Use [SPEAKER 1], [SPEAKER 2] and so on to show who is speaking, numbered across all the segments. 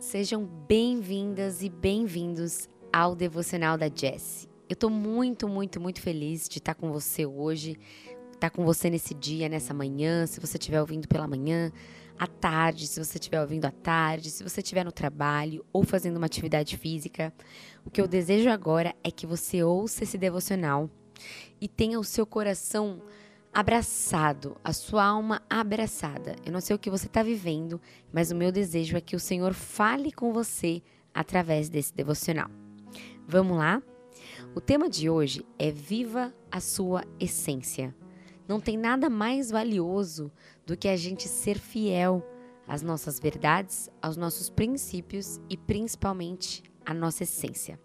[SPEAKER 1] Sejam bem-vindas e bem-vindos ao Devocional da Jessie. Eu tô muito feliz de estar com você hoje, estar com você nesse dia, nessa manhã, se você estiver ouvindo pela manhã, à tarde, se você estiver ouvindo à tarde, se você estiver no trabalho ou fazendo uma atividade física. O que eu desejo agora é que você ouça esse devocional e tenha o seu coração abraçado, a sua alma abraçada. Eu não sei o que você está vivendo, mas o meu desejo é que o Senhor fale com você através desse devocional. Vamos lá? O tema de hoje é Viva a sua essência. Não tem nada mais valioso do que a gente ser fiel às nossas verdades, aos nossos princípios e principalmente à nossa essência.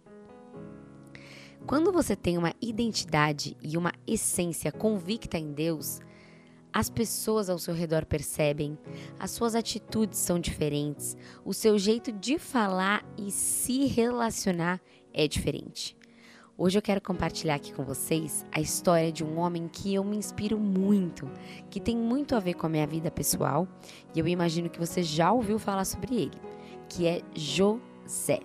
[SPEAKER 1] Quando você tem uma identidade e uma essência convicta em Deus, as pessoas ao seu redor percebem, as suas atitudes são diferentes, o seu jeito de falar e se relacionar é diferente. Hoje eu quero compartilhar aqui com vocês a história de um homem que eu me inspiro muito, que tem muito a ver com a minha vida pessoal, e eu imagino que você já ouviu falar sobre ele, que é José.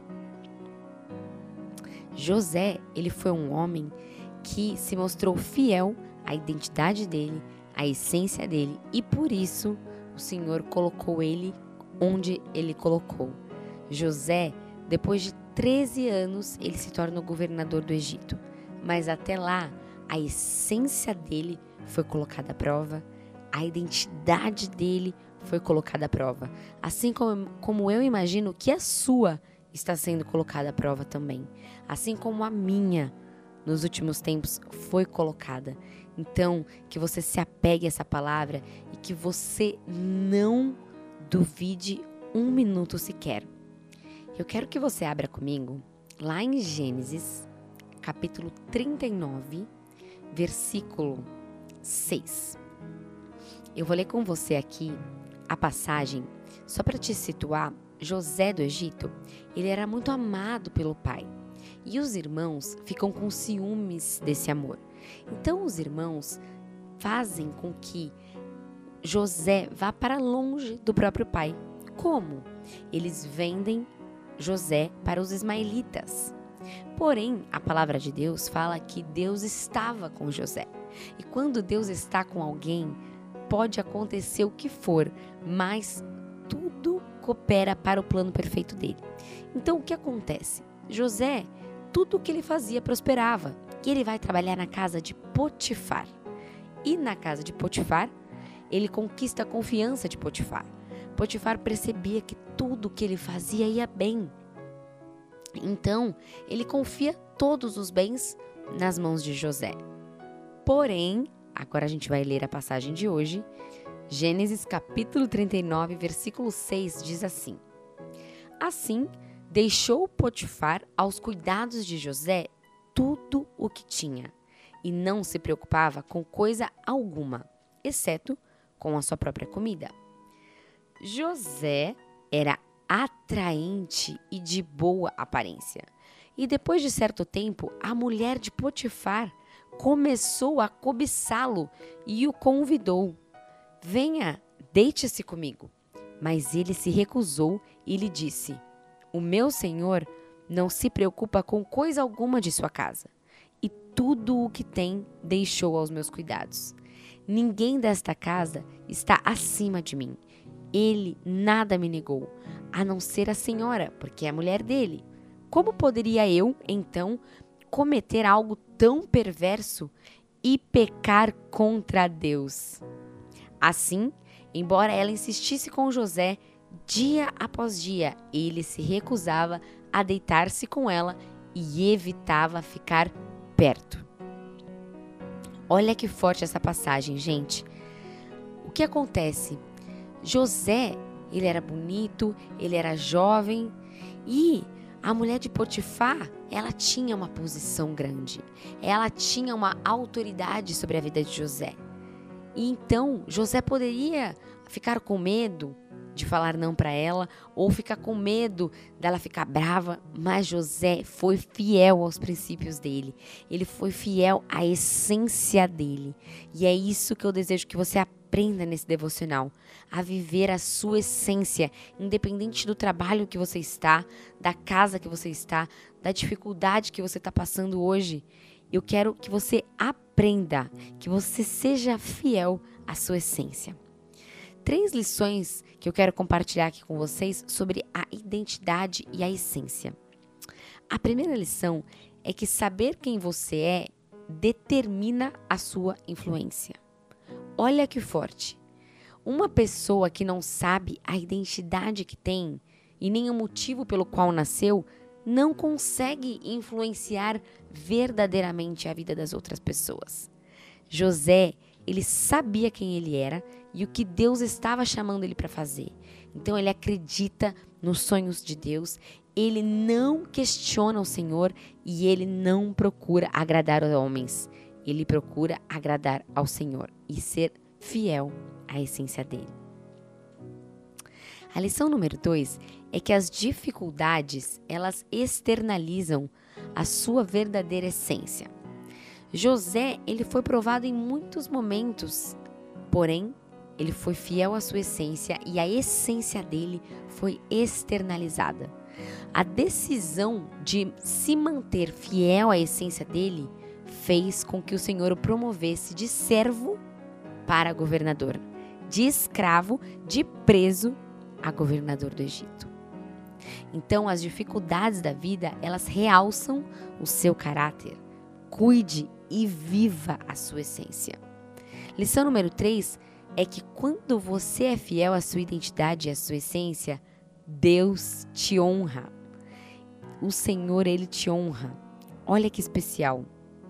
[SPEAKER 1] José, ele foi um homem que se mostrou fiel à identidade dele, à essência dele, e por isso o Senhor colocou ele onde ele colocou. José, depois de 13 anos, ele se torna o governador do Egito, mas até lá a essência dele foi colocada à prova, a identidade dele foi colocada à prova, assim como eu imagino que a sua está sendo colocada à prova também, assim como a minha, nos últimos tempos, foi colocada. Então, que você se apegue a essa palavra e que você não duvide um minuto sequer. Eu quero que você abra comigo lá em Gênesis, capítulo 39, versículo 6. Eu vou ler com você aqui a passagem, só para te situar. José do Egito, ele era muito amado pelo pai, e os irmãos ficam com ciúmes desse amor. Então os irmãos fazem com que José vá para longe do próprio pai. Como? Eles vendem José para os ismaelitas. Porém, a palavra de Deus fala que Deus estava com José. E quando Deus está com alguém, pode acontecer o que for, mas tudo coopera para o plano perfeito dele. Então, o que acontece? José, tudo o que ele fazia prosperava. E ele vai trabalhar na casa de Potifar. E na casa de Potifar, ele conquista a confiança de Potifar. Potifar percebia que tudo o que ele fazia ia bem. Então, ele confia todos os bens nas mãos de José. Porém, agora a gente vai ler a passagem de hoje. Gênesis capítulo 39, versículo 6 diz assim: Assim, deixou Potifar aos cuidados de José tudo o que tinha, e não se preocupava com coisa alguma, exceto com a sua própria comida. José era atraente e de boa aparência. E depois de certo tempo, a mulher de Potifar começou a cobiçá-lo e o convidou: Venha, deite-se comigo. Mas ele se recusou e lhe disse: O meu senhor não se preocupa com coisa alguma de sua casa, e tudo o que tem deixou aos meus cuidados. Ninguém desta casa está acima de mim. Ele nada me negou, a não ser a senhora, porque é a mulher dele. Como poderia eu, então, cometer algo tão perverso e pecar contra Deus? Assim, embora ela insistisse com José, dia após dia, ele se recusava a deitar-se com ela e evitava ficar perto. Olha que forte essa passagem, gente. O que acontece? José, ele era bonito, ele era jovem e a mulher de Potifar, ela tinha uma posição grande. Ela tinha uma autoridade sobre a vida de José. E então, José poderia ficar com medo de falar não para ela, ou ficar com medo dela ficar brava, mas José foi fiel aos princípios dele. Ele foi fiel à essência dele. E é isso que eu desejo que você aprenda aprenda nesse devocional a viver a sua essência, independente do trabalho que você está, da casa que você está, da dificuldade que você está passando hoje. Eu quero que você aprenda, que você seja fiel à sua essência. 3 lições que eu quero compartilhar aqui com vocês sobre a identidade e a essência. A primeira lição é que saber quem você é determina a sua influência. Olha que forte. Uma pessoa que não sabe a identidade que tem e nem o motivo pelo qual nasceu, não consegue influenciar verdadeiramente a vida das outras pessoas. José, ele sabia quem ele era e o que Deus estava chamando ele para fazer. Então ele acredita nos sonhos de Deus, ele não questiona o Senhor e ele não procura agradar os homens. Ele procura agradar ao Senhor e ser fiel à essência dele. A lição número 2 é que as dificuldades, elas externalizam a sua verdadeira essência. José, ele foi provado em muitos momentos, porém, ele foi fiel à sua essência e a essência dele foi externalizada. A decisão de se manter fiel à essência dele fez com que o Senhor o promovesse de servo para governador, de escravo, de preso a governador do Egito. Então, as dificuldades da vida, elas realçam o seu caráter. Cuide e viva a sua essência. Lição número 3 é que quando você é fiel à sua identidade e à sua essência, Deus te honra. O Senhor, Ele te honra. Olha que especial.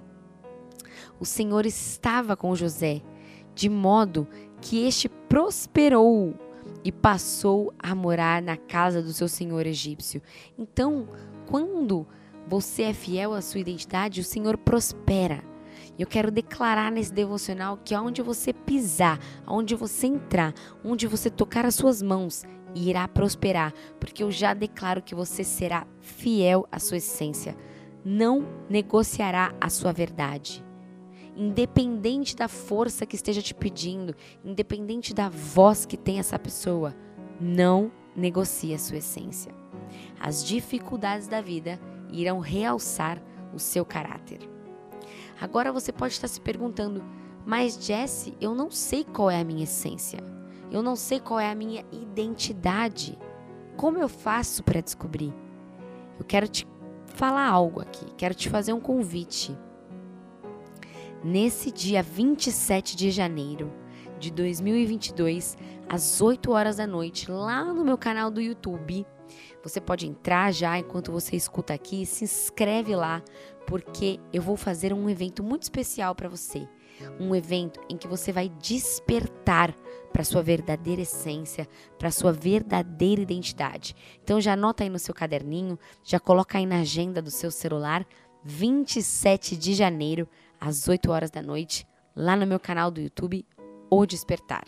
[SPEAKER 1] O Senhor estava com José, de modo que este prosperou e passou a morar na casa do seu senhor egípcio. Então, quando você é fiel à sua identidade, o Senhor prospera. E eu quero declarar nesse devocional que aonde você pisar, aonde você entrar, onde você tocar as suas mãos, irá prosperar, porque eu já declaro que você será fiel à sua essência. Não negociará a sua verdade. Independente da força que esteja te pedindo, independente da voz que tem essa pessoa, não negocie a sua essência. As dificuldades da vida irão realçar o seu caráter. Agora você pode estar se perguntando, mas Jessie, eu não sei qual é a minha essência. Eu não sei qual é a minha identidade. Como eu faço para descobrir? Eu quero te falar algo aqui, quero te fazer um convite. Nesse dia 27 de janeiro de 2022, às 8 horas da noite, lá no meu canal do YouTube, você pode entrar já enquanto você escuta aqui, se inscreve lá, porque eu vou fazer um evento muito especial para você. Um evento em que você vai despertar para a sua verdadeira essência, para a sua verdadeira identidade. Então já anota aí no seu caderninho, já coloca aí na agenda do seu celular, 27 de janeiro, às 8 horas da noite, lá no meu canal do YouTube, O Despertar.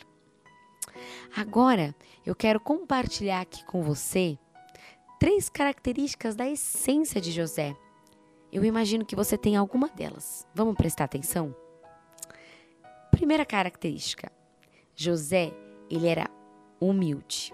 [SPEAKER 1] Agora, eu quero compartilhar aqui com você 3 características da essência de José. Eu imagino que você tem alguma delas. Vamos prestar atenção? Primeira característica. José, ele era humilde.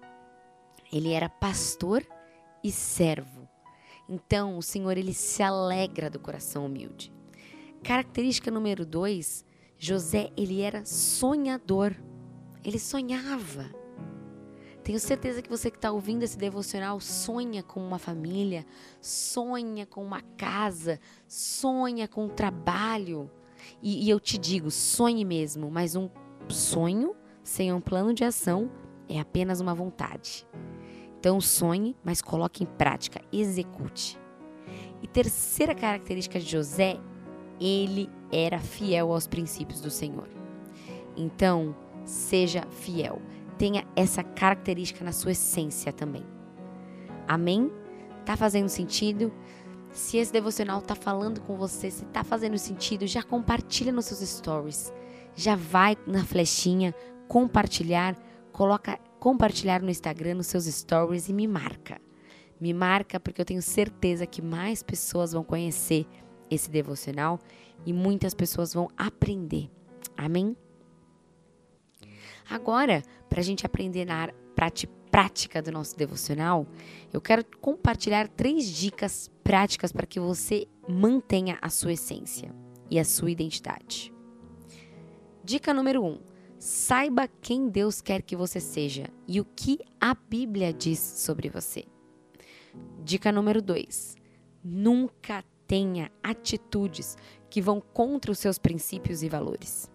[SPEAKER 1] Ele era pastor e servo. Então, o Senhor, ele se alegra do coração humilde. Característica número 2, José, ele era sonhador. Ele sonhava. Tenho certeza que você que está ouvindo esse devocional sonha com uma família, sonha com uma casa, sonha com um trabalho. E eu te digo, sonhe mesmo, mas um sonho sem um plano de ação é apenas uma vontade. Então sonhe, mas coloque em prática, execute. E terceira característica de José, ele era fiel aos princípios do Senhor. Então, seja fiel. Tenha essa característica na sua essência também. Amém? Tá fazendo sentido? Se esse devocional tá falando com você, se tá fazendo sentido, já compartilha nos seus stories. Já vai na flechinha, compartilhar, coloca compartilhar no Instagram, nos seus stories e me marca. Me marca porque eu tenho certeza que mais pessoas vão conhecer esse devocional e muitas pessoas vão aprender. Amém? Agora, para a gente aprender na prática do nosso devocional, eu quero compartilhar 3 dicas práticas para que você mantenha a sua essência e a sua identidade. Dica número 1. Saiba quem Deus quer que você seja e o que a Bíblia diz sobre você. Dica número 2. Nunca tenha atitudes que vão contra os seus princípios e valores.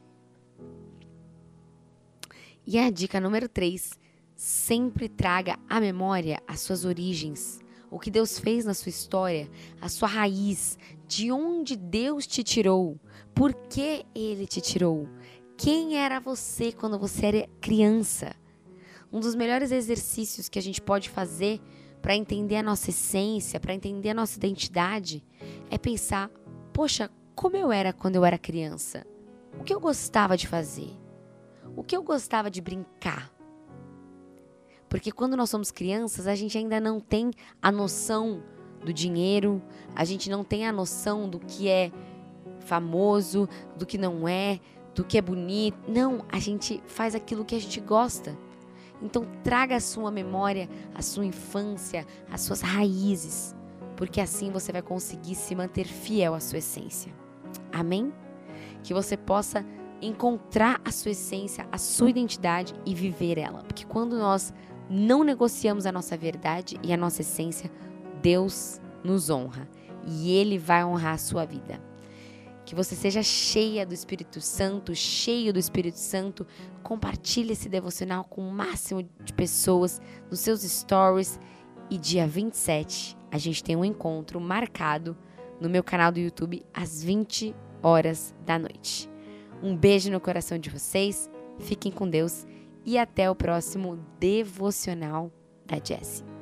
[SPEAKER 1] E a dica número 3. Sempre traga à memória as suas origens, o que Deus fez na sua história, a sua raiz, de onde Deus te tirou, por que Ele te tirou, quem era você quando você era criança. Um dos melhores exercícios que a gente pode fazer para entender a nossa essência, para entender a nossa identidade, é pensar, poxa, como eu era quando eu era criança? O que eu gostava de fazer? O que eu gostava de brincar? Porque quando nós somos crianças, a gente ainda não tem a noção do dinheiro, a gente não tem a noção do que é famoso, do que não é, do que é bonito. Não, a gente faz aquilo que a gente gosta. Então traga à sua memória a sua infância, as suas raízes, porque assim você vai conseguir se manter fiel à sua essência. Amém? Que você possa encontrar a sua essência, a sua identidade e viver ela. Porque quando nós não negociamos a nossa verdade e a nossa essência, Deus nos honra e Ele vai honrar a sua vida. Que você seja cheia do Espírito Santo, cheio do Espírito Santo. Compartilhe esse devocional com o máximo de pessoas nos seus stories. E dia 27, a gente tem um encontro marcado no meu canal do YouTube às 20 horas da noite. Um beijo no coração de vocês, fiquem com Deus e até o próximo devocional da Jessie.